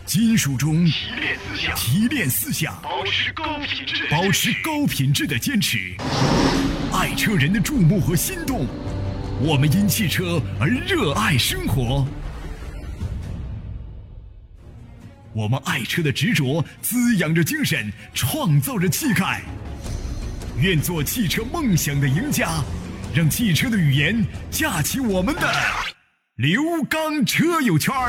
金属中提炼思想，保持高品质的坚持。爱车人的注目和心动，我们因汽车而热爱生活。我们爱车的执着滋养着精神，创造着气概。愿做汽车梦想的赢家，让汽车的语言架起我们的刘刚车友圈。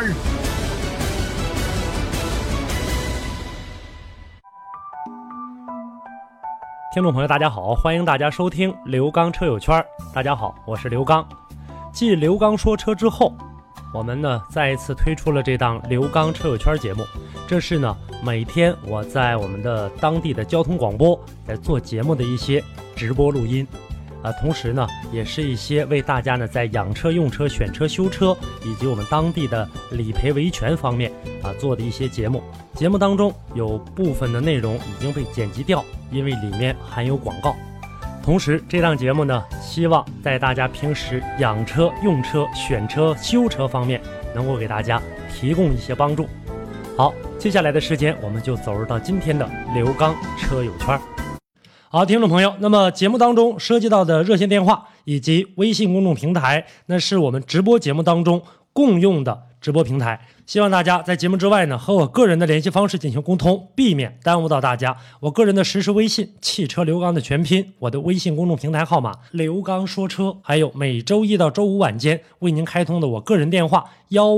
听众朋友大家好，欢迎大家收听刘刚车友圈。大家好，我是刘刚。继刘刚说车之后，我们呢再一次推出了这档刘刚车友圈节目。这是呢每天我在我们的当地的交通广播在做节目的一些直播录音，同时呢也是一些为大家呢在养车、用车、选车、修车以及我们当地的理赔维权方面做的一些节目。节目当中有部分的内容已经被剪辑掉，因为里面含有广告。同时这档节目呢希望在大家平时养车、用车、选车、修车方面能够给大家提供一些帮助。好，接下来的时间我们就走入到今天的刘刚车友圈。好，听众朋友，那么节目当中涉及到的热线电话以及微信公众平台，那是我们直播节目当中共用的直播平台，希望大家在节目之外呢和我个人的联系方式进行沟通，避免耽误到大家。我个人的实时微信汽车刘刚的全拼，我的微信公众平台号码刘刚说车，还有每周一到周五晚间为您开通的我个人电话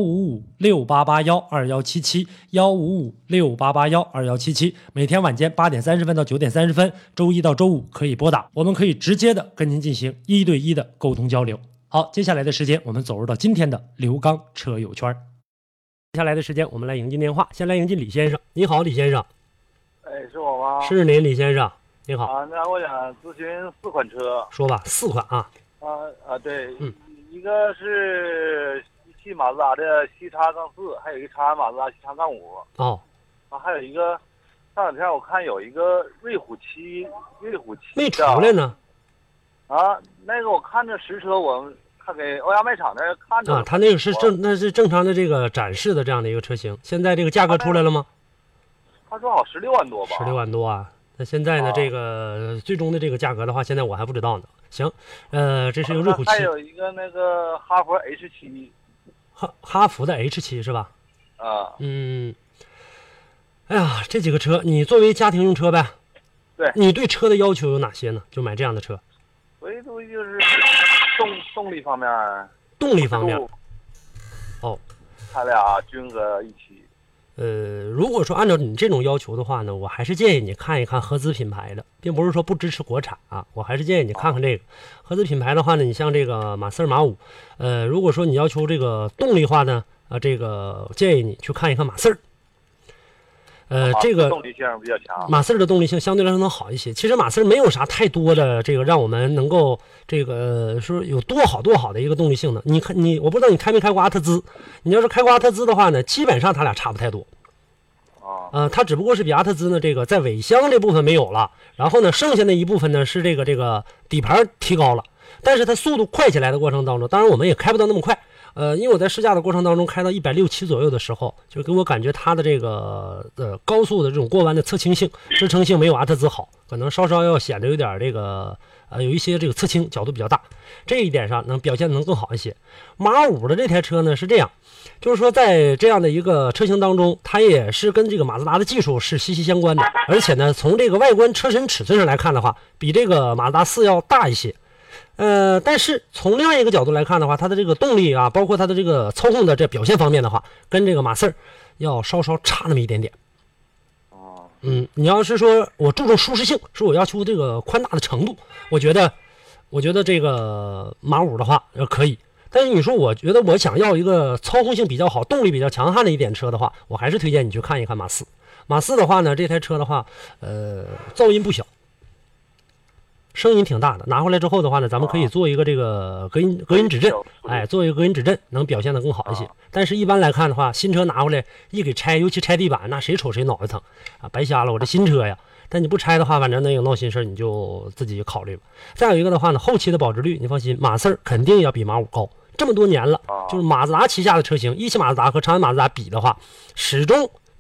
15568812177 15568812177，每天晚间8点30分到9点30分，周一到周五可以拨打，我们可以直接的跟您进行1对1的沟通交流。好，接下来的时间我们走入到今天的刘刚车友圈。接下来的时间我们来迎进电话，先来迎进李先生。你好，李先生。 是我吗？ 是您，李先生。你好。 那我想咨询4款车。 说吧，4款啊。 对，一个是17马自达的西叉杠4，还有一个长安马自达西叉杠5。 哦。 还有一个，上两天我看有一个瑞虎7 没出来呢。 那个我看着实车，我看给欧亚卖场那看着他那个是正常的这个展示的这样的一个车型。现在这个价格出来了吗？ 他说好16万多吧。16 万多啊！那现在呢，这个最终的这个价格的话，现在我还不知道呢。行，这是一个瑞虎7。 还有一个那个哈弗 H7。 哈弗的 H7 是吧？哎呀，这几个车你作为家庭用车呗？ 对。 你对车的要求有哪些呢？就买这样的车。 唯独就是动力方面。他俩均合一起。 如果说按照你这种要求的话呢，我还是建议你看一看合资品牌的，并不是说不支持国产啊，我还是建议你看看这个合资品牌的话呢，你像这个马4、马5，如果说你要求这个动力化呢，这个建议你去看一看马4。这个动力性比较强， 马4的动力性相对来说能好一些。其实马4没有啥太多的这个让我们能够这个说有多好的一个动力性呢。我不知道你开没开过阿特兹，你要是开过阿特兹的话呢，基本上它俩差不太多。它只不过是比阿特兹呢这个在尾箱这部分没有了，然后呢剩下那一部分呢是这个底盘提高了，但是它速度快起来的过程当中，当然我们也开不到那么快。因为我在试驾的过程当中开到160、170左右的时候，就给我感觉它的这个高速的这种过弯的侧倾性、支撑性没有阿特兹好，可能稍稍要显得有点这个有一些这个侧倾角度比较大，这一点上表现能更好一些。马5的这台车呢是这样，就是说在这样的一个车型当中，它也是跟这个马自达的技术是息息相关的，而且呢从这个外观车身尺寸上来看的话，比这个马自达4要大一些。但是从另外一个角度来看的话，它的这个动力啊，包括它的这个操控的这表现方面的话，跟这个马4要稍稍差那么一点点。你要是说我注重舒适性，是我要求这个宽大的程度，我觉得这个马5的话可以。但是你说我觉得我想要一个操控性比较好、动力比较强悍的一点车的话，我还是推荐你去看一看马4。马4的话呢，这台车的话，噪音不小。声音挺大的，拿回来之后的话呢，咱们可以做一个这个隔音指震，做一个隔音指震，能表现得更好一些。但是一般来看的话，新车拿回来一给拆，尤其拆地板，那谁瞅谁脑袋疼啊，白瞎了我这新车呀。但你不拆的话，反正能有闹心事你就自己考虑吧。再有一个的话呢，后期的保值率你放心，马4肯定要比马5高。这么多年了，就是马自达旗下的车型，17马自达和长安马自达比的话，始终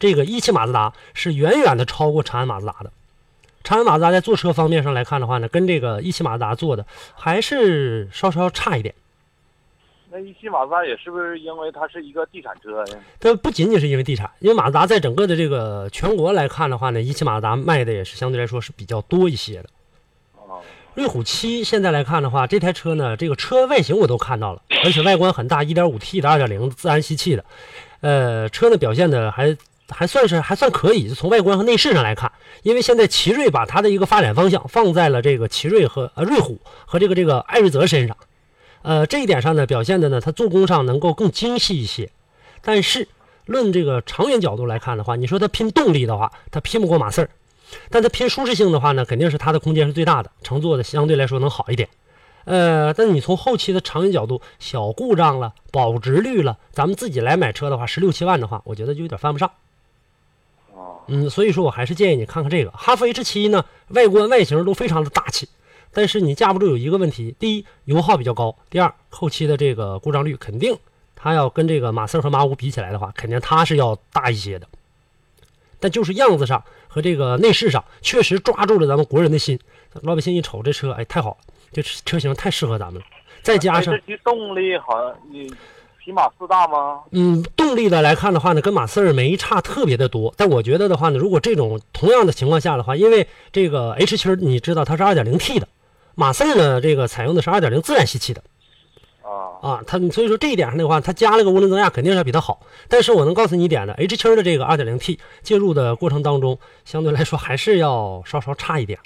这个一汽马自达是远远的超过长安马自达的。长安马自达在做车方面上来看的话呢，跟这个一汽马自达做的还是稍稍差一点。 那一汽马自达也是不是因为它是一个地产车呀？ 它不仅仅是因为地产，因为马自达在整个的这个全国来看的话呢，一汽马自达卖的也是相对来说是比较多一些的。瑞虎7现在来看的话，这台车呢，这个车外形我都看到了，而且外观很大， 1.5T 的 2.0 自然吸气的，车呢表现的还算可以，就从外观和内饰上来看，因为现在奇瑞把它的一个发展方向放在了这个奇瑞和瑞虎和这个艾瑞泽身上，这一点上呢表现的呢，它做工上能够更精细一些，但是论这个长远角度来看的话，你说它拼动力的话，它拼不过马四儿。但它拼舒适性的话呢，肯定是它的空间是最大的，乘坐的相对来说能好一点。但你从后期的长远角度，小故障了，保值率了，咱们自己来买车的话，16、17万的话，我觉得就有点犯不上。所以说我还是建议你看看这个哈弗 H7 呢，外观外形都非常的大气，但是你架不住有一个问题，第一油耗比较高，第二后期的这个故障率肯定它要跟这个马四和马五比起来的话，肯定它是要大一些的。但就是样子上和这个内饰上，确实抓住了咱们国人的心。老百姓一瞅这车，哎，太好了，这车型太适合咱们了。再加上这动力好像比马四大吗？ 动力的来看的话呢，跟马四没差特别的多。但我觉得的话呢，如果这种同样的情况下的话，因为这个 H7你知道它是 2.0T 的，马四呢这个采用的是 2.0 自然吸气的。它所以说这一点上的话，它加了个涡轮增压肯定是比它好。但是我能告诉你一点的 ，H7的这个 2.0T 介入的过程当中，相对来说还是要稍稍差一点。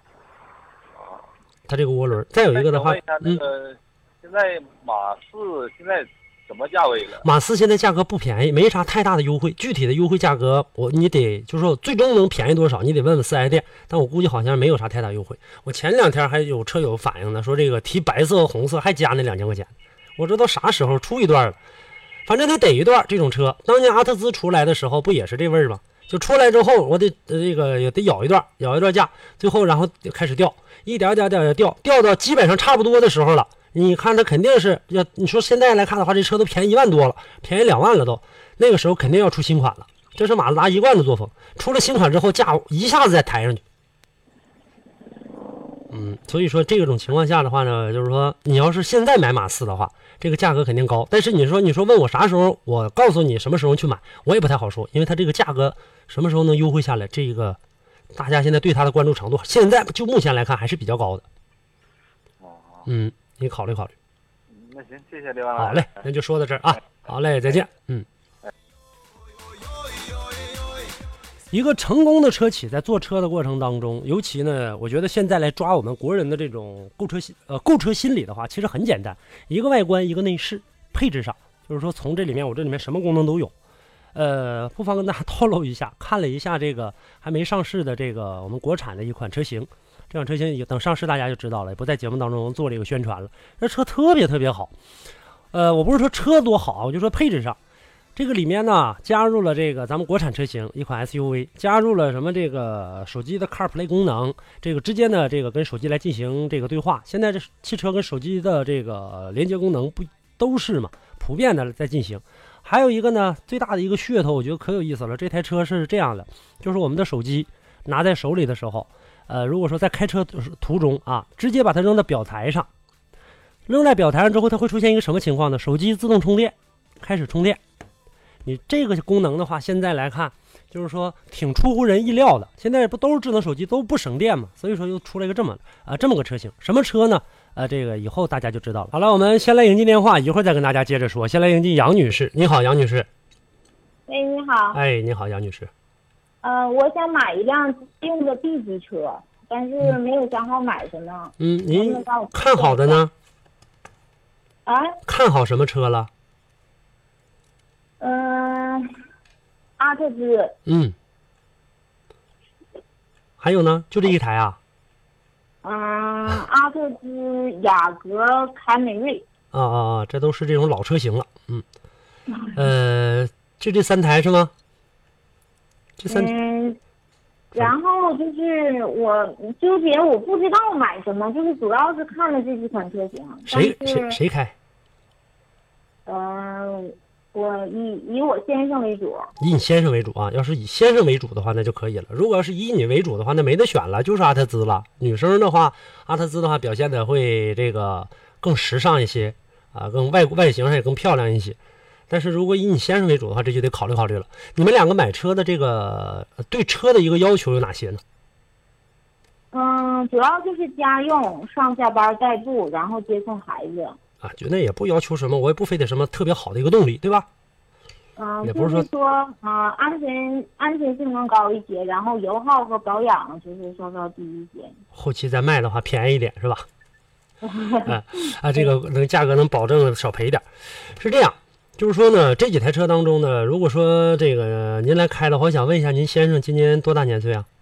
它这个涡轮，再有一个的话， 现在马四现在什么价位了？ 马四现在价格不便宜，没啥太大的优惠。具体的优惠价格，你得就是说最终能便宜多少，你得问问4S店。但我估计好像没有啥太大优惠。我前2天还有车友反映呢，说这个提白色和红色还加那2000块钱。我这都啥时候出一段了？反正它得一段这种车。当年阿特兹出来的时候不也是这味儿吗？就出来之后，我得这个也得咬一段价，最后然后就开始掉，一点掉到基本上差不多的时候了。你看它肯定是要，你说现在来看的话，这车都便宜1万多了，便宜2万了都。那个时候肯定要出新款了，这是马自达一贯的作风。出了新款之后，价一下子再抬上去。所以说这种情况下的话呢，就是说你要是现在买马四的话，这个价格肯定高。但是你说问我啥时候，我告诉你什么时候去买，我也不太好说，因为它这个价格什么时候能优惠下来，这个大家现在对它的关注程度，现在就目前来看还是比较高的。你考虑考虑。 那行，谢谢刘老师。 好嘞，那就说到这儿啊。好嘞，再见。一个成功的车企在做车的过程当中，尤其呢，我觉得现在来抓我们国人的这种购车心理的话，其实很简单，一个外观，一个内饰，配置上，就是说从这里面什么功能都有。不妨跟大家透露一下，看了一下这个还没上市的这个我们国产的一款车型，这款车型等上市大家就知道了，也不在节目当中做这个宣传了。这车特别特别好，我不是说车多好，我就说配置上。这个里面呢，加入了这个咱们国产车型一款 SUV， 加入了什么这个手机的 CarPlay 功能，这个之间的这个跟手机来进行这个对话。现在这汽车跟手机的这个连接功能不都是嘛，普遍的在进行。还有一个呢，最大的一个噱头，我觉得可有意思了。这台车是这样的，就是我们的手机拿在手里的时候，如果说在开车途中啊，直接把它扔到表台上，扔在表台上之后，它会出现一个什么情况呢？手机自动充电，开始充电。你这个功能的话，现在来看就是说挺出乎人意料的。现在不都是智能手机都不省电嘛，所以说又出了一个这么个车型。什么车呢？这个以后大家就知道了。好了，我们先来迎接电话，一会儿再跟大家接着说。先来迎接杨女士。你好，杨女士。 喂，你好。 哎，你好，杨女士。 我想买一辆用的 B 级车，但是没有想好买什么。 您看好的呢？看好什么车了？ 阿特兹。 还有呢？就这一台啊？ 阿特兹、雅阁、凯美瑞。 这都是这种老车型了。这3台是吗？ 然后就是我纠结，我不知道买什么，就是主要是看了这几款车型。 谁开？ 我以我先生为主。 以你先生为主啊，要是以先生为主的话，那就可以了。如果要是以你为主的话，那没得选了，就是阿特兹了。女生的话，阿特兹的话表现的会这个更时尚一些啊，更外形上也更漂亮一些。但是如果以你先生为主的话，这就得考虑考虑了。你们两个买车的这个对车的一个要求有哪些呢？ 主要就是家用，上下班代步，然后接送孩子。 啊，觉得也不要求什么，我也不非得什么特别好的一个动力，对吧？也不是说安全性能高一些，然后油耗和保养就是稍稍低一些。 后期再卖的话便宜一点是吧？这个价格能保证少赔一点。是这样，就是说呢，这几台车当中呢，如果说这个您来开的话，我想问一下，您先生今年多大年岁啊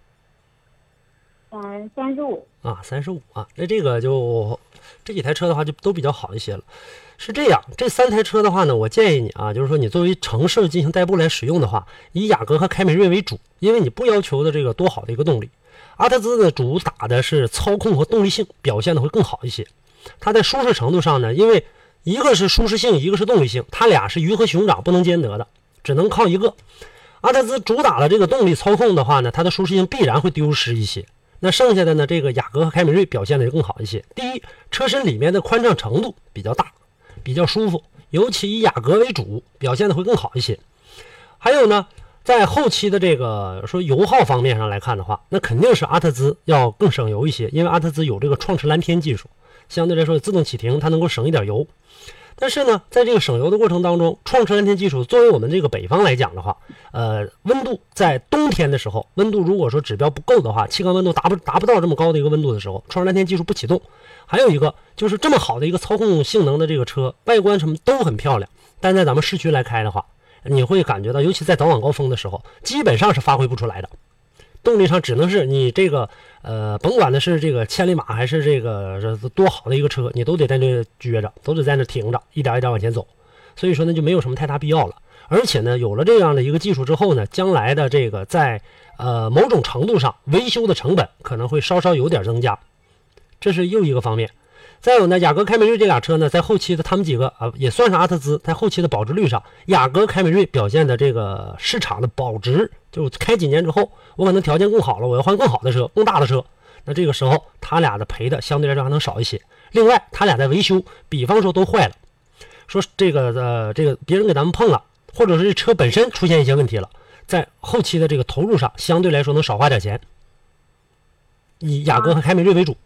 ？35 啊，35啊。那这个就这几台车的话就都比较好一些了。是这样，这3台车的话呢，我建议你啊，就是说你作为城市进行代步来使用的话，以雅阁和凯美瑞为主，因为你不要求的这个多好的一个动力。阿特兹呢主打的是操控和动力性表现的会更好一些。它在舒适程度上呢，因为一个是舒适性，一个是动力性，它俩是鱼和熊掌，不能兼得的，只能靠一个。阿特兹主打的这个动力操控的话呢，它的舒适性必然会丢失一些。那剩下的呢，这个雅阁和凯美瑞表现的就更好一些。第一，车身里面的宽敞程度比较大，比较舒服，尤其以雅阁为主，表现的会更好一些。还有呢，在后期的这个说油耗方面上来看的话，那肯定是阿特兹要更省油一些，因为阿特兹有这个创驰蓝天技术，相对来说自动启停它能够省一点油。但是呢，在这个省油的过程当中，创驰蓝天技术作为我们这个北方来讲的话，温度在冬天的时候，温度如果说指标不够的话，气缸温度达不到这么高的一个温度的时候，创驰蓝天技术不启动。还有一个就是这么好的一个操控性能的这个车，外观什么都很漂亮，但在咱们市区来开的话，你会感觉到，尤其在早晚高峰的时候，基本上是发挥不出来的。动力上只能是你这个甭管的是这个千里马还是这个多好的一个车，你都得在那撅着，都得在那停着，一点一点往前走。所以说呢，就没有什么太大必要了。而且呢，有了这样的一个技术之后呢，将来的这个在某种程度上维修的成本可能会稍稍有点增加，这是又一个方面。再有呢，雅阁凯美瑞这俩车呢，在后期的他们几个也算是阿特兹，在后期的保值率上，雅阁凯美瑞表现的这个市场的保值，就开几年之后，我可能条件更好了，我要换更好的车，更大的车，那这个时候他俩的赔的相对来说还能少一些。另外，他俩在维修，比方说都坏了，说这个别人给咱们碰了，或者是这车本身出现一些问题了，在后期的这个投入上相对来说能少花点钱，以雅阁和凯美瑞为主。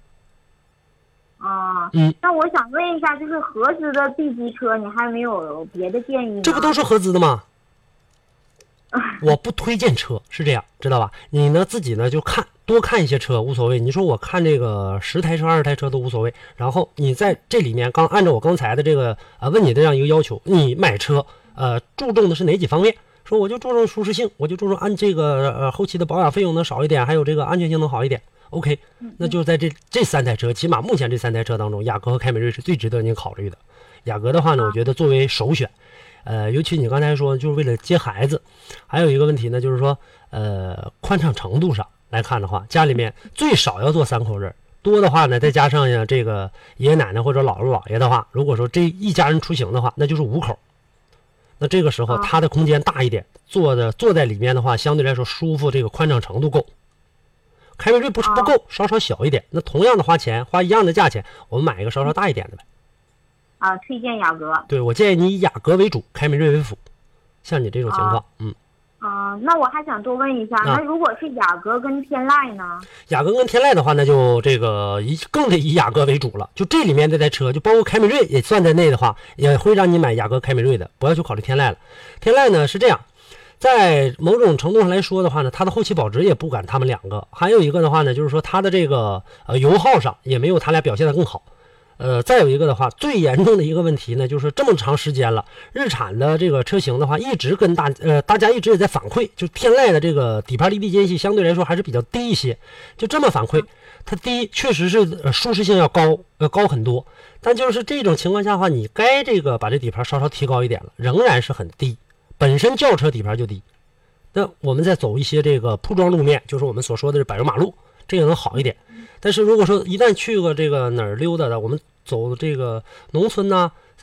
那我想问一下，就是合资的 B 级车，你还没有别的建议吗？ 这不都是合资的吗？我不推荐车，是这样，知道吧？你呢自己呢就多看一些车无所谓。你说我看这个10台车、20台车都无所谓。然后你在这里面按照我刚才的这个问你的这样一个要求，你买车注重的是哪几方面？说我就注重舒适性，我就注重按这个后期的保养费用能少一点，还有这个安全性能好一点。OK， 那就在这3台车，起码目前这3台车当中，雅阁和凯美瑞是最值得您考虑的。雅阁的话呢，我觉得作为首选，尤其你刚才说就是为了接孩子，还有一个问题呢，就是说宽敞程度上来看的话，家里面最少要坐3口人，多的话呢，再加上这个爷爷奶奶或者姥姥姥爷的话，如果说这一家人出行的话，那就是5口。那这个时候它的空间大一点，坐在里面的话，相对来说舒服，这个宽敞程度够。凯美瑞不是不够，稍稍小一点。那同样的花一样的价钱，我们买一个稍稍大一点的呗。 推荐雅阁。 对，我建议你以雅阁为主，凯美瑞为辅。像你这种情况， 那我还想多问一下，那如果是雅阁跟天籁呢？ 雅阁跟天籁的话，那就这个更得以雅阁为主了。就这里面这台车，就包括凯美瑞也算在内的话，也会让你买雅阁、凯美瑞的，不要去考虑天籁了。天籁呢是这样。在某种程度上来说的话呢，它的后期保值也不赶他们2个。还有一个的话呢，就是说它的这个油耗上也没有他俩表现的更好。再有一个的话，最严重的一个问题呢，就是这么长时间了，日产的这个车型的话，一直跟大家一直也在反馈，就天籁的这个底盘离地间隙相对来说还是比较低一些，就这么反馈。它低确实是舒适性要高很多，但就是这种情况下的话，你该把这底盘稍稍提高一点了，仍然是很低。本身轿车底盘就低，那我们再走一些这个铺装路面，就是我们所说的柏油马路，这个能好一点。但是如果说一旦去过这个哪儿溜达的，我们走这个农村呐，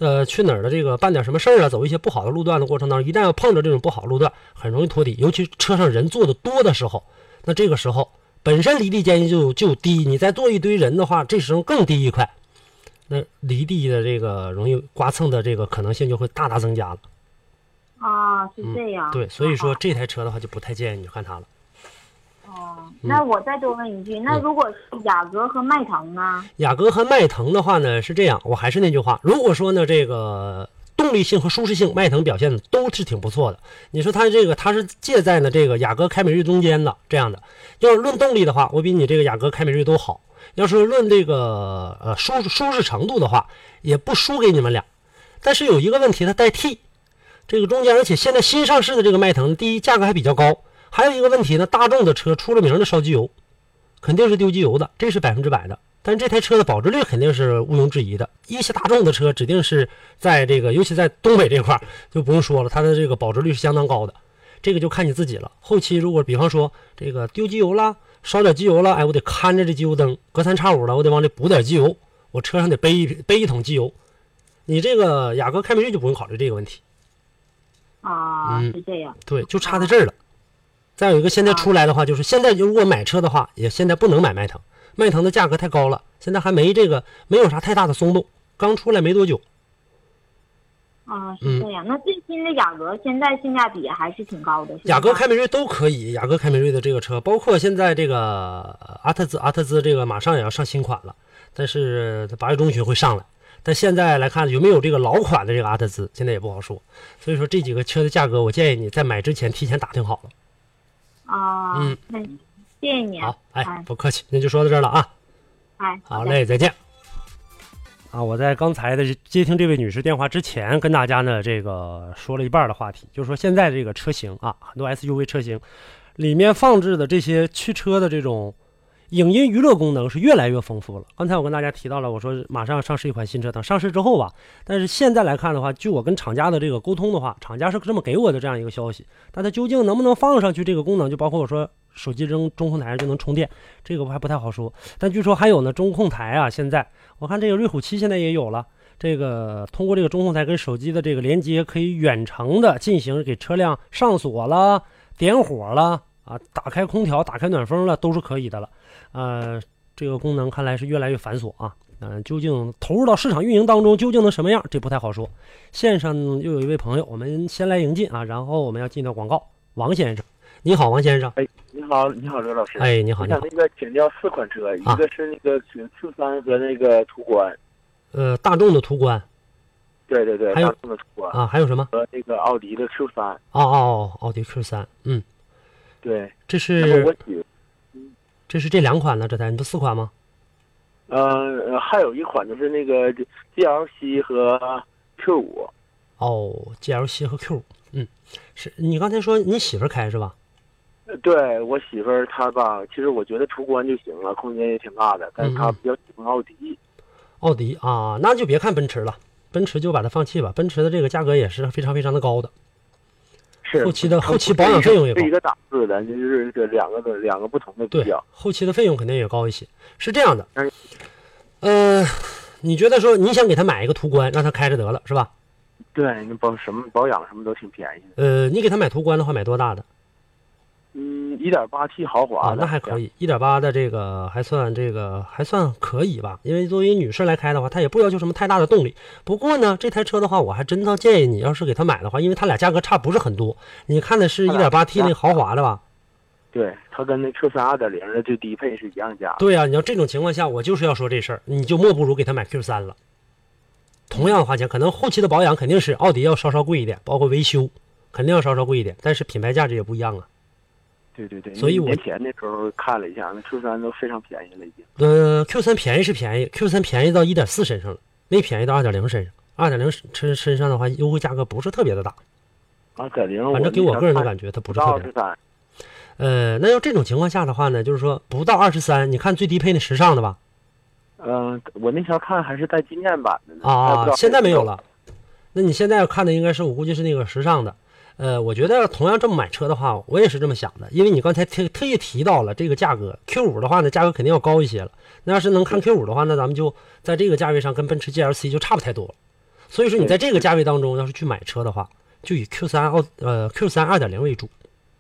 去哪儿的这个办点什么事儿啊，走一些不好的路段的过程当中，一旦要碰着这种不好路段，很容易拖底，尤其车上人坐的多的时候，那这个时候本身离地间隙就低，你再坐一堆人的话，这时候更低一块，那离地的这个容易刮蹭的这个可能性就会大大增加了。 啊，是这样。 对，所以说这台车的话就不太建议你看它了。 那我再多问一句，那如果是雅阁和迈腾呢？ 雅阁和迈腾的话呢是这样，我还是那句话，如果说呢这个动力性和舒适性，迈腾表现的都是挺不错的。你说它是介在呢这个雅阁、凯美瑞中间的这样的。要是论动力的话，我比你这个雅阁、凯美瑞都好。要是论这个舒适程度的话，也不输给你们俩。但是有一个问题，它带 T， 这个中间，而且现在新上市的这个迈腾，第一价格还比较高。还有一个问题呢，大众的车出了名的烧机油，肯定是丢机油的，这是100%的。但是这台车的保值率肯定是毋庸置疑的。一汽大众的车指定是在这个，尤其在东北这块就不用说了，它的这个保值率是相当高的。这个就看你自己了。后期如果比方说这个丢机油了，烧点机油了，哎，我得看着这机油灯，隔三差五了，我得往里补点机油，我车上得背一桶机油。你这个雅阁、凯美瑞就不用考虑这个问题。 是这样。 对，就差在这儿了。再有一个，现在出来的话，就是现在如果买车的话，也现在不能买迈腾，迈腾的价格太高了，现在还没有啥太大的松动，刚出来没多久。 是这样。那最新的雅阁现在性价比还是挺高的。 雅阁、凯美瑞都可以，雅阁、凯美瑞的这个车，包括现在这个阿特兹这个马上也要上新款了，但是8月中旬会上来。但现在来看有没有这个老款的这个阿特兹，现在也不好说。所以说这几个车的价格，我建议你在买之前提前打听好了。 那谢谢你。 好，不客气，那就说到这儿了啊。好嘞，再见。我在刚才的接听这位女士电话之前，跟大家呢这个说了一半的话题，就是说现在这个车型啊，很多 SUV 车型里面放置的这些驱车的这种影音娱乐功能是越来越丰富了。刚才我跟大家提到了，我说马上上市一款新车，等上市之后吧，但是现在来看的话，据我跟厂家的这个沟通的话，厂家是这么给我的这样一个消息，但它究竟能不能放上去这个功能，就包括我说手机扔中控台上就能充电，这个我还不太好说。但据说还有呢，中控台啊，现在我看这个瑞虎7现在也有了，这个通过这个中控台跟手机的这个连接，可以远程的进行给车辆上锁了、点火了打开空调、打开暖风了，都是可以的了。这个功能看来是越来越繁琐啊。究竟投入到市场运营当中究竟能什么样，这不太好说。线上又有一位朋友，我们先来迎进然后我们要进到广告。王先生，你好，王先生。 你好，刘老师。 你好。 我想请教4款车，一个是那个Q3和那个途观。 大众的途观。 对， 还有大众的途观还有什么？ 和那个奥迪的 Q3。 奥迪 Q3。 对， 这是这2款呢？这台你不4款吗？ 还有一款就是那个 GLC 和 Q5。 GLC 和 Q5。是你刚才说你媳妇开是吧？ 对，我媳妇儿她吧，其实我觉得途观就行了，空间也挺大的，但是她比较喜欢奥迪。 奥迪那就别看奔驰了，奔驰就把它放弃吧。奔驰的这个价格也是非常非常的高的， 是后期保养费用也高， 是一个档次的，就是这两个不同的比较。 对，后期的费用肯定也高一些。是这样的，你觉得说你想给他买一个途观，让他开着得了，是吧？ 对，那保养什么都挺便宜的。 你给他买途观的话，买多大的 ？1.8T 豪华的， 那还可以。1.8的这个还算可以吧？因为作为女士来开的话，她也不要求什么太大的动力。不过呢，这台车的话，我还真建议你，要是给他买的话，因为它俩价格差不是很多。你看的是 1.8T 那个豪华的吧？ 对，它跟那 Q3 2.0 的最低配是一样价。 对啊，你要这种情况下，我就是要说这事儿，你就莫不如给他买 Q3 了。同样的花钱，可能后期的保养肯定是奥迪要稍贵一点，包括维修肯定要稍贵一点，但是品牌价值也不一样啊。 对， 所以我年前那时候看了一下，那 Q3 都非常便宜了已经。 Q3 便宜是便宜 ，Q3 便宜到 1.4 身上了，没便宜到 2.0 身上。2.0 身上的话，优惠价格不是特别的大。 2.0， 反正给我个人的感觉，它不是特别大。那要这种情况下的话呢，就是说不到23，你看最低配那时尚的吧？ 我那条看还是带纪念版的呢。 现在没有了。那你现在要看的应该是我估计是那个时尚的。我觉得同样这么买车的话，我也是这么想的，因为你刚才特意提到了这个价格 ，Q5 的话呢，价格肯定要高一些了。那要是能看 Q5 的话，那咱们就在这个价位上跟奔驰 GLC 就差不太多了。 所以说你在这个价位当中，要是去买车的话，就以 Q3 2.0为主。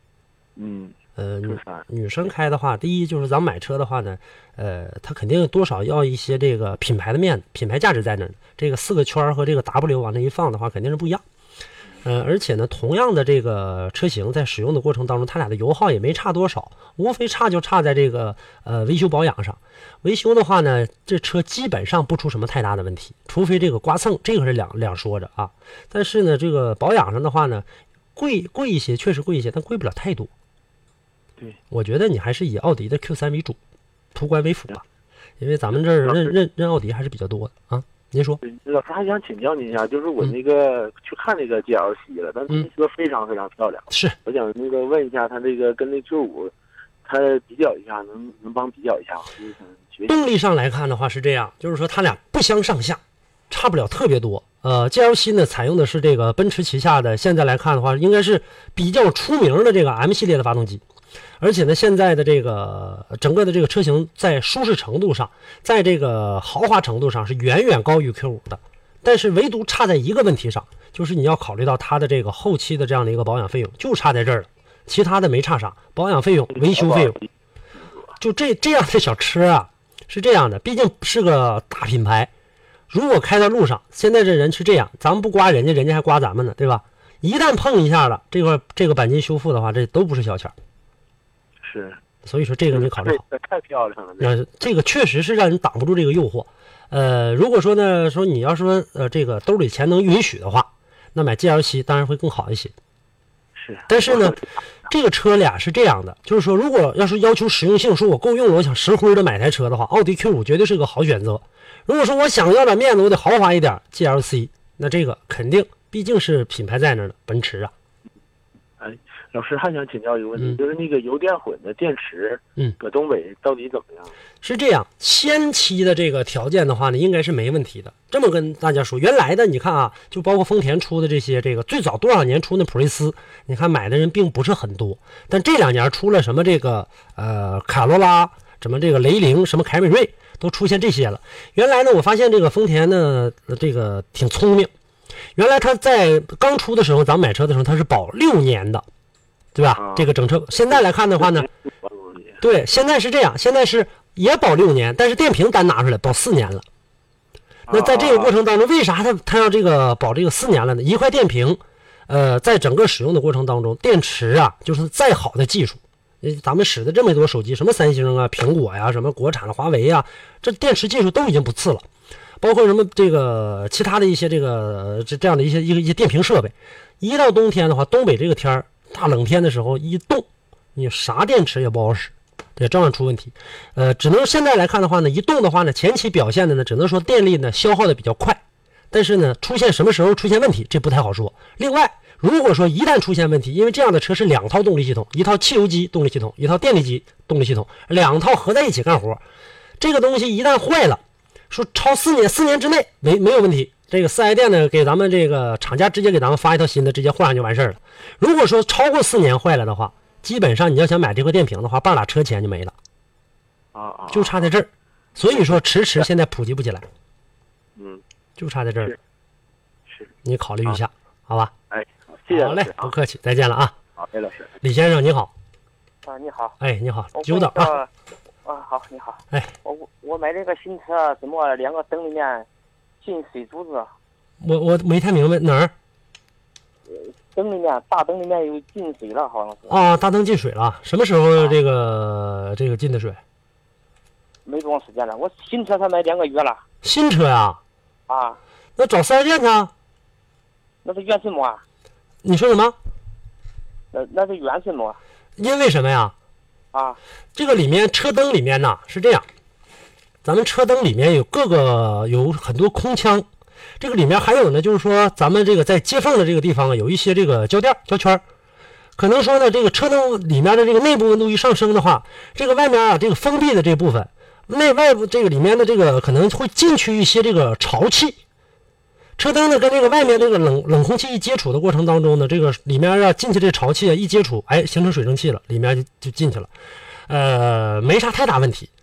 女生开的话，第一就是咱们买车的话呢，它肯定多少要一些这个品牌的面子，品牌价值在那儿。这个4个圈和这个 W 往那一放的话，肯定是不一样。而且呢，同样的这个车型在使用的过程当中，它俩的油耗也没差多少，无非差在这个维修保养上。维修的话呢，这车基本上不出什么太大的问题，除非这个刮蹭，这个是两说着啊。但是呢，这个保养上的话呢，贵一些，确实贵一些，但贵不了太多。 对， 我觉得你还是以奥迪的 Q3 为主，途观为辅吧，因为咱们这儿认奥迪还是比较多的啊。您说， 老师还想请教您一下，就是我那个去看那个 GLC 了，但是车非常非常漂亮。 是， 我想那个问一下，它这个跟那 Q5，它比较一下，能帮比较一下吗？就是想学习。 动力上来看的话是这样，就是说它俩不相上下，差不了特别多。GLC 呢采用的是这个奔驰旗下的，现在来看的话应该是比较出名的这个 M 系列的发动机。而且呢，现在的这个整个的这个车型在舒适程度上，在这个豪华程度上是远远高于 Q5 的，但是唯独差在一个问题上，就是你要考虑到它的这个后期的这样的一个保养费用，就差在这儿了，其他的没差啥，保养费用、维修费用，就这样的小车啊，是这样的，毕竟是个大品牌，如果开到路上，现在这人是这样，咱们不刮人家，人家还刮咱们呢，对吧？一旦碰一下了，这个钣金修复的话，这都不是小钱。 是， 所以说这个你考虑好， 太漂亮了。 这个确实是让人挡不住这个诱惑。如果说呢，说你要说这个兜里钱能允许的话，那买 GL7 当然会更好一些。 是， 但是呢，这个车俩是这样的，就是说，如果要是要求实用性，说我够用了，我想实惠的买台车的话，奥迪 Q5 绝对是个好选择。如果说我想要点面子，我得豪华一点 ，GLC， 那这个肯定，毕竟是品牌在那儿的，奔驰啊。 老师还想请教一个问题，就是那个油电混的电池，搁东北到底怎么样？ 是这样，先期的这个条件的话呢，应该是没问题的。这么跟大家说，原来的你看啊，就包括丰田出的这些，这个最早多少年出的普锐斯，你看买的人并不是很多。但这2年出了什么这个卡罗拉，什么这个雷凌，什么凯美瑞，都出现这些了。原来呢，我发现这个丰田呢，这个挺聪明。原来它在刚出的时候，咱们买车的时候，它是保6年的。对吧？这个整车现在来看的话呢，对，现在是这样，现在是也保6年，但是电瓶单拿出来保4年了。那在这个过程当中，为啥他要这个保这个4年了呢？一块电瓶，在整个使用的过程当中，电池啊，就是再好的技术，咱们使的这么多手机，什么三星啊、苹果呀、什么国产的华为啊，这电池技术都已经不次了，包括什么这个其他的一些这个这样的一些电瓶设备，一到冬天的话，东北这个天儿。大冷天的时候一冻，你啥电池也不好使，也照样出问题。只能现在来看的话呢，一冻的话呢，前期表现的呢，只能说电力呢消耗的比较快，但是呢，出现什么时候出现问题，这不太好说。另外，如果说一旦出现问题，因为这样的车是2套动力系统，一套汽油机动力系统，一套电力机动力系统，2套合在一起干活，这个东西一旦坏了，说超4年之内没有问题。这个4S店呢，给咱们这个厂家直接给咱们发一套新的，直接换上就完事儿了。如果说超过4年坏了的话，基本上你要想买这块电瓶的话，半拉车钱就没了。就差在这儿。所以说迟现在普及不起来。就差在这儿。 是。 你考虑一下，好吧？ 哎，谢谢。 好嘞，不客气，再见了啊。 好嘞，老师。 李先生你好。 你好。 哎，你好，久等啊。 好，你好。 哎， 我买这个新车，怎么2个灯里面进水珠子？ 我没太明白哪儿？ 灯里面，大灯里面有进水了，好像是。 啊，大灯进水了，什么时候这个进的水？ 没多长时间了，我新车才买2个月了。 新车呀？ 啊。 那找4S店去啊。 那是原什么啊？ 你说什么？ 那是原什么？ 因为什么呀？ 啊。 这个里面车灯里面呢是这样，咱们车灯里面有很多空腔。这个里面还有呢，就是说咱们这个在接缝的这个地方啊，有一些这个胶圈，可能说呢，这个车灯里面的这个内部温度一上升的话，这个外面啊这个封闭的这部分，外部这个里面的这个可能会进去一些这个潮气。车灯呢跟这个外面这个冷空气一接触的过程当中呢，这个里面啊进去这潮气啊一接触，哎，形成水蒸气了，里面就进去了，没啥太大问题。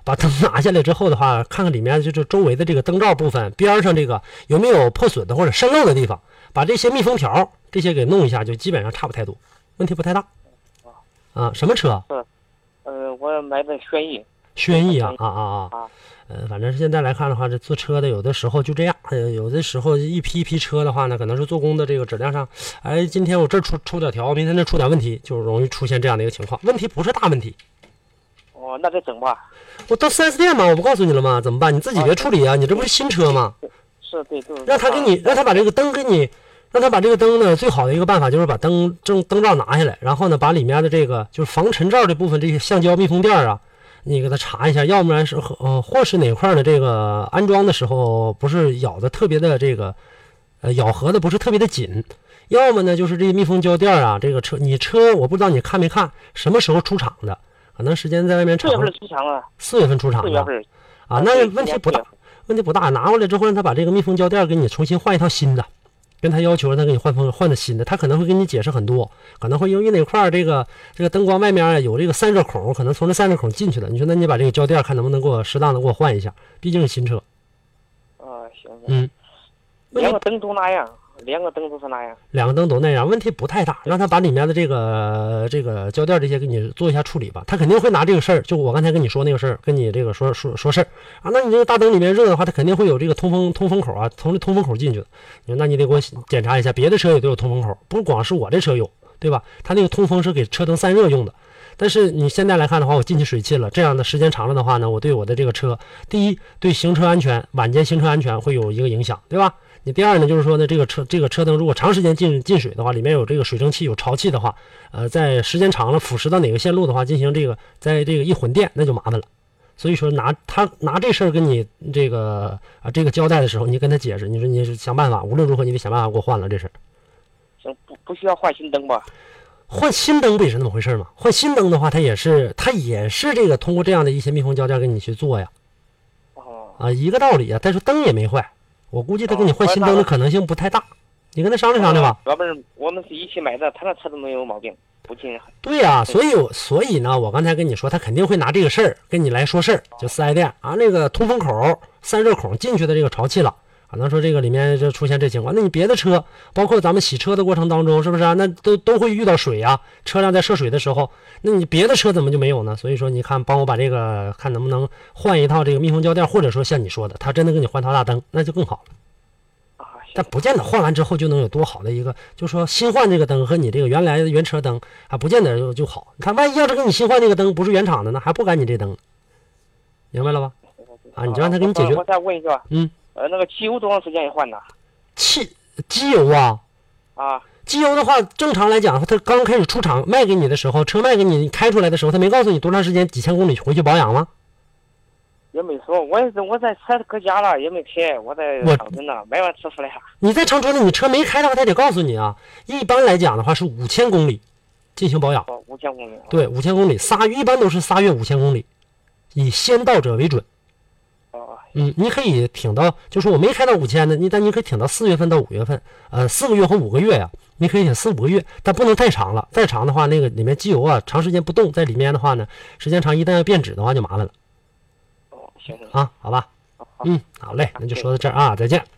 把灯拿下来之后的话，看看里面就是周围的这个灯罩部分边上这个有没有破损的或者渗漏的地方，把这些密封条这些给弄一下，就基本上差不太多，问题不太大。啊，什么车？ 我买的轩逸。 轩逸啊。反正现在来看的话，这做车的有的时候就这样，有的时候一批一批车的话呢，可能是做工的这个质量上，哎，今天我这出点条，明天那出点问题，就容易出现这样的一个情况。问题不是大问题。 哦，那得整吧。 我到 4S 店嘛，我不告诉你了吗？怎么办？你自己别处理啊！你这不是新车吗？ 是对， 让他把这个灯给你，让他把这个灯呢，最好的一个办法就是把灯罩拿下来，然后呢，把里面的这个就是防尘罩这部分这些橡胶密封垫啊。你给它查一下，要不然是或是哪块的这个安装的时候不是咬的特别的这个咬合的不是特别的紧，要么呢就是这密封胶垫啊，这个车我不知道你看没看什么时候出厂的，可能时间在外面长。4 月份出厂啊。 4月份出厂的。啊，那问题不大，拿过来之后让他把这个密封胶垫给你重新换一套新的。跟他要求让他给你换的新的，他可能会给你解释很多，可能会由于哪块这个灯光外面有这个散热孔，可能从这散热孔进去了。你说那你把这个胶垫看能不能适当的给我换一下，毕竟是新车。 行。两个灯都那样，两个灯都是那样。 两个灯都那样，问题不太大，让他把里面的这个胶垫这些给你做一下处理吧。他肯定会拿这个事儿，就我刚才跟你说那个事儿，跟你这个说事儿啊。那你这个大灯里面热的话，它肯定会有这个通风口啊，从这通风口进去的。你说那你得给我检查一下，别的车也都有通风口，不光是我这车有，对吧？它那个通风是给车灯散热用的。但是你现在来看的话，我进去水汽了，这样的时间长了的话呢，我对我的这个车，第一对行车安全，晚间行车安全会有一个影响，对吧？你第二呢，就是说呢，这个车灯如果长时间进水的话，里面有这个水蒸气有潮气的话，在时间长了腐蚀到哪个线路的话，进行这个在这个一混电，那就麻烦了。所以说拿这事儿跟你这个交代的时候，你跟他解释，你说你是想办法，无论如何你得想办法给我换了这事儿。 行，不需要换新灯吧？ 换新灯不也是那么回事吗？换新灯的话，它也是这个通过这样的一些密封胶垫给你去做呀。一个道理啊。但是灯也没坏。我估计他给你换新灯的可能性不太大，你跟他商量商量吧。 要不然我们是一起买的，他那车都没有毛病，不进。 对呀，所以呢，我刚才跟你说，他肯定会拿这个事儿跟你来说事儿，就4S店啊，那个通风口、散热孔进去的这个潮气了，可能说这个里面就出现这情况。那你别的车，包括咱们洗车的过程当中，是不是啊？那都会遇到水啊，车辆在涉水的时候，那你别的车怎么就没有呢？所以说，你看，帮我把这个看能不能换一套这个密封胶垫，或者说像你说的，他真的给你换套大灯，那就更好了。但不见得换完之后就能有多好的一个，就说新换这个灯和你这个原来的原车灯还不见得就好。你看，万一要是给你新换这个灯不是原厂的呢，还不赶你这灯，明白了吧？啊，你就让他给你解决。 我再问一下，那个机油多长时间一换呢？ 机油啊？机油的话，正常来讲，他刚开始出厂卖给你的时候，车卖给你开出来的时候，他没告诉你多长时间几千公里回去保养吗？ 也没说，我在车搁家了，也没开，我在长春呢，买完车出来了。 你在长春呢，你车没开的话，他得告诉你啊。一般来讲的话是5000公里进行保养。 5000公里。对 ，5000公里，一般都是3月5000公里，以先到者为准。你可以挺到，就是我没开到5000的，但你可以挺到4月份到5月份，4个月和5个月呀，你可以挺4、5个月，但不能太长了。再长的话，那个里面机油啊，长时间不动在里面的话呢，时间长一旦要变质的话就麻烦了。 行啊，好吧，好嘞，那就说到这儿啊，再见。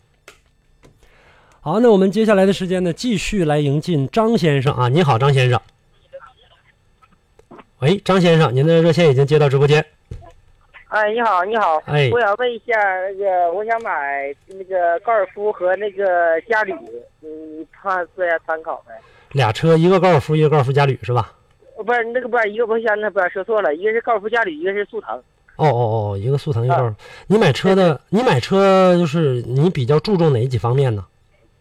好，那我们接下来的时间呢，继续来迎进张先生啊，你好，张先生。喂，张先生，您的热线已经接到直播间。 哎，你好，你好，我想问一下，我想买那个高尔夫和那个嘉旅，你做下参考呗。 俩车，一个高尔夫，一个高尔夫嘉旅是吧？ 不是那个，不是一个，我想那不是说错了，一个是高尔夫嘉旅，一个是速腾。 一个速腾，一个高尔夫。你买车就是你比较注重哪几方面呢？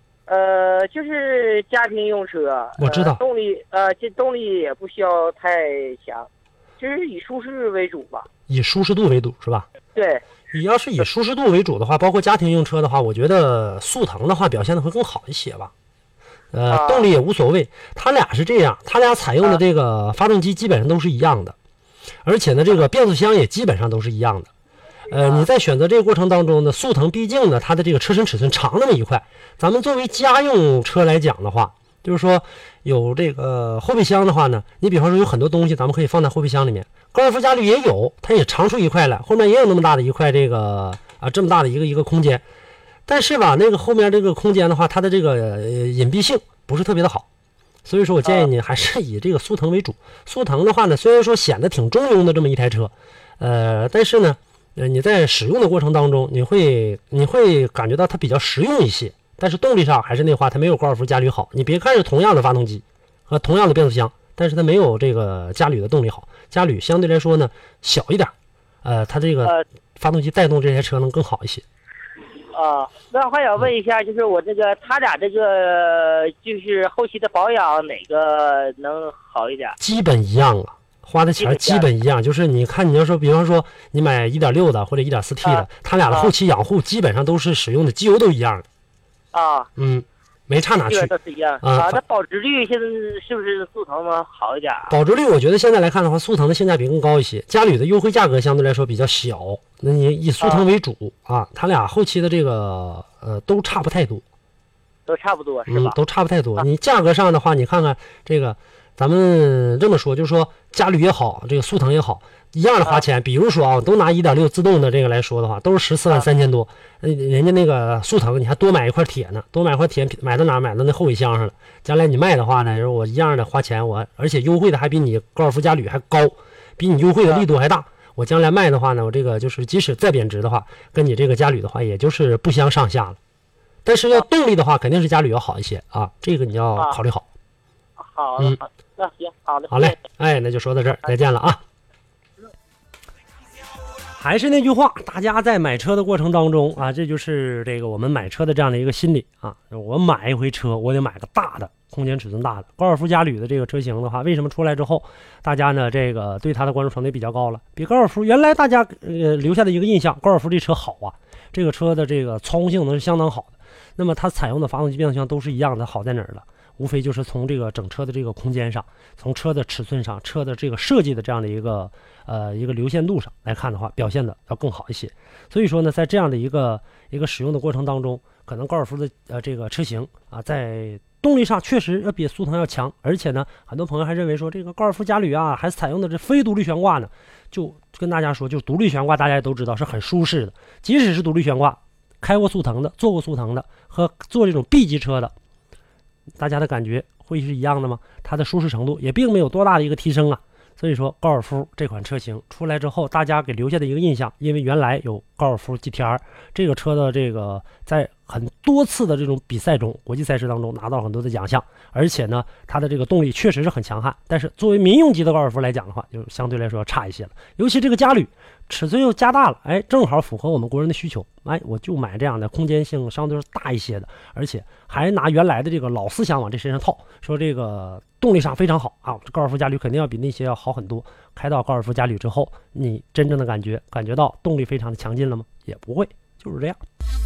就是家庭用车。 我知道。 动力也不需要太强，就是以舒适为主吧。 以舒适度为主是吧？ 对。 你要是以舒适度为主的话，包括家庭用车的话，我觉得速腾的话表现的会更好一些吧。动力也无所谓，它俩是这样，它俩采用的这个发动机基本上都是一样的，而且呢，这个变速箱也基本上都是一样的。你在选择这个过程当中呢，速腾毕竟呢，它的这个车身尺寸长那么一块，咱们作为家用车来讲的话， 就是说有这个后备箱的话呢，你比方说有很多东西咱们可以放在后备箱里面，高尔夫家里也有，它也长出一块来，后面也有那么大的一块这个这么大的一个空间，但是吧那个后面这个空间的话，它的这个隐蔽性不是特别的好，所以说我建议你还是以这个速腾为主。速腾的话呢，虽然说显得挺中庸的这么一台车，但是呢你在使用的过程当中，你会感觉到它比较实用一些，但是动力上还是那话，它没有高尔夫家旅好。你别看是同样的发动机和同样的变速箱，但是它没有这个家旅的动力好。家旅相对来说呢小一点，它这个发动机带动这台车能更好一些。 那还想问一下，就是我这个他俩这个就是后期的保养哪个能好一点？ 基本一样啊，花的钱基本一样。就是你看，你要说比方说你买 1.6 的或者 1.4T 的，它俩的后期养护基本上都是使用的机油都一样的。没差哪去。 都是一样那保值率现在是不是速腾的好一点？ 保值率我觉得现在来看的话，速腾的性价比更高一些，家旅的优惠价格相对来说比较小，那你以速腾为主它俩后期的这个都差不太多， 都差不多是吧？ 都差不太多。你价格上的话，你看看这个，咱们这么说，就是说家旅也好，这个速腾也好，一样的花钱。比如说都拿 1.6 自动的这个来说的话，都是14万3千多。人家那个速腾你还多买一块铁呢，多买块铁买到哪？买到那后备箱上了。将来你卖的话呢，我一样的花钱，而且优惠的还比你高尔夫家旅还高，比你优惠的力度还大。我将来卖的话呢，我这个就是即使再贬值的话，跟你这个家旅的话，也就是不相上下了。但是要动力的话，肯定是家旅要好一些这个你要考虑好。 好，那行，好的， 好嘞，那就说到这儿，再见了啊。还是那句话，大家在买车的过程当中这就是这个我们买车的这样的一个心理我买一回车，我得买个大的，空间尺寸大的。高尔夫家旅的这个车型的话，为什么出来之后，大家呢这个对它的关注程度也比较高了？比高尔夫原来大家留下的一个印象，高尔夫这车好这个车的这个操控性能是相当好的。那么它采用的发动机、变速箱都是一样的，好在哪儿了？无非就是从这个整车的这个空间上，从车的尺寸上，车的这个设计的这样的一个流线度上来看的话，表现的要更好一些。所以说呢，在这样的一个使用的过程当中，可能高尔夫的这个车型在动力上确实要比速腾要强，而且呢，很多朋友还认为说这个高尔夫家旅还采用的这非独立悬挂呢，就跟大家说，就独立悬挂大家也都知道是很舒适的，即使是独立悬挂，开过速腾的、坐过速腾的和坐这种 B 级车的，大家的感觉会是一样的吗？它的舒适程度也并没有多大的一个提升所以说高尔夫这款车型出来之后，大家给留下的一个印象，因为原来有高尔夫 GTR 这个车的这个在很多次的这种比赛中，国际赛事当中拿到很多的奖项，而且呢它的这个动力确实是很强悍，但是作为民用级的高尔夫来讲的话，就相对来说要差一些了。尤其这个家旅尺寸又加大了，正好符合我们国人的需求，我就买这样的，空间性相对是大一些的，而且还拿原来的这个老思想往这身上套，说这个动力上非常好高尔夫家旅肯定要比那些要好很多。开到高尔夫家旅之后，你真正的感觉到动力非常的强劲了吗？也不会，就是这样。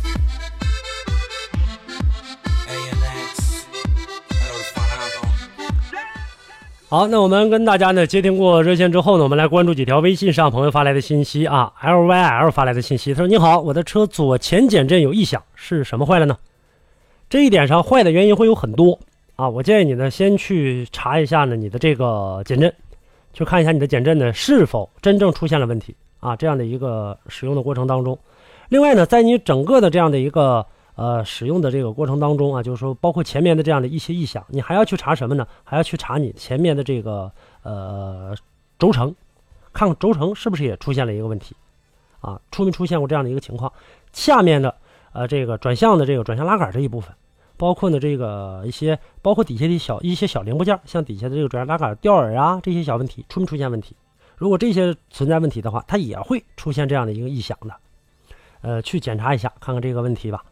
好，那我们跟大家呢接听过热线之后呢，我们来关注几条微信上朋友发来的信息LYL 发来的信息，他说：你好，我的车左前减震有异响，是什么坏了呢？这一点上坏的原因会有很多我建议你呢先去查一下呢你的这个减震，去看一下你的减震呢是否真正出现了问题这样的一个使用的过程当中。另外呢，在你整个的这样的一个使用的这个过程当中就是说包括前面的这样的一些异响，你还要去查什么呢？还要去查你前面的这个轴承，看看轴承是不是也出现了一个问题出没出现过这样的一个情况。下面的这个转向的这个转向拉杆这一部分，包括呢这个包括底下的一些小零部件，像底下的这个转向拉杆吊耳这些小问题出没出现问题？如果这些存在问题的话，它也会出现这样的一个异响的。去检查一下，看看这个问题吧。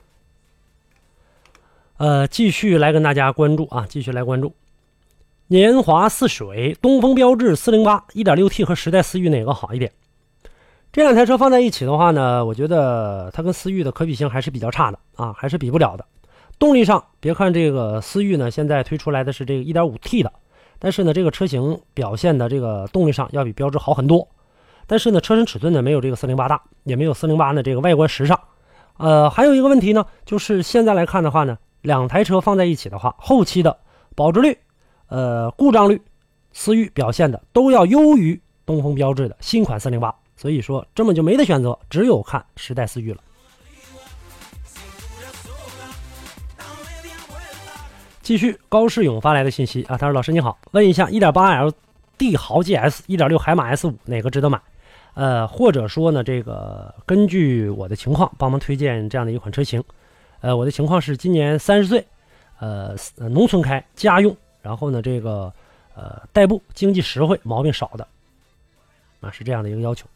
继续来跟大家关注继续来关注年华似水，东风标致408 1.6T 和时代思域哪个好一点？这两台车放在一起的话呢，我觉得它跟思域的可比性还是比较差的还是比不了的。动力上，别看这个思域呢现在推出来的是这个 1.5T 的，但是呢这个车型表现的这个动力上要比标致好很多，但是呢车身尺寸呢没有这个408大，也没有408呢这个外观时尚。还有一个问题呢，就是现在来看的话呢， 两台车放在一起的话，后期的保值率、故障率、思域表现的都要优于东风标致的新款408，所以说根本就没得选择，只有看时代思域了。继续，高世勇发来的信息啊，他说：“老师你好，问一下 1.8L 帝豪 GS 1.6 海马 S5 哪个值得买？或者说呢，这个根据我的情况帮忙推荐这样的一款车型。我的情况是今年30岁，农村开，家用，然后呢这个代步，经济实惠，毛病少的，啊是这样的一个要求。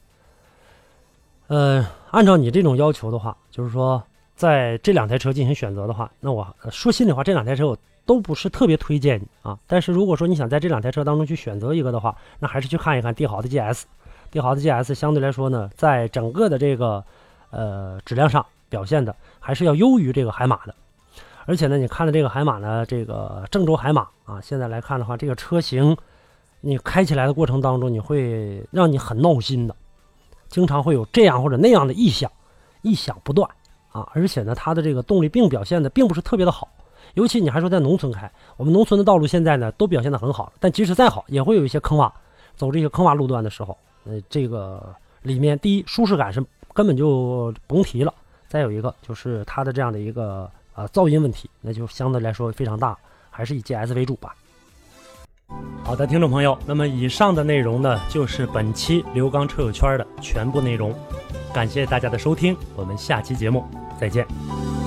按照你这种要求的话，就是说在这两台车进行选择的话，那我说心里话，这两台车我都不是特别推荐你啊。但是如果说你想在这两台车当中去选择一个的话，那还是去看一看帝豪的 GS。帝豪的 GS 相对来说呢，在整个的这个质量上表现的还是要优于这个海马的。而且呢，你看的这个海马呢，这个郑州海马啊，现在来看的话，这个车型你开起来的过程当中，你会让你很闹心的，经常会有这样或者那样的异响，异响不断啊。而且呢，它的这个动力表现的并不是特别的好，尤其你还说在农村开，我们农村的道路现在呢都表现的很好，但即使再好，也会有一些坑洼，走这些坑洼路段的时候，这个里面第一舒适感是根本就不用提了，再有一个就是它的这样的一个噪音问题，那就相对来说非常大，还是以 GS 为主吧。好的，听众朋友，那么以上的内容呢，就是本期刘刚车友圈的全部内容，感谢大家的收听，我们下期节目再见。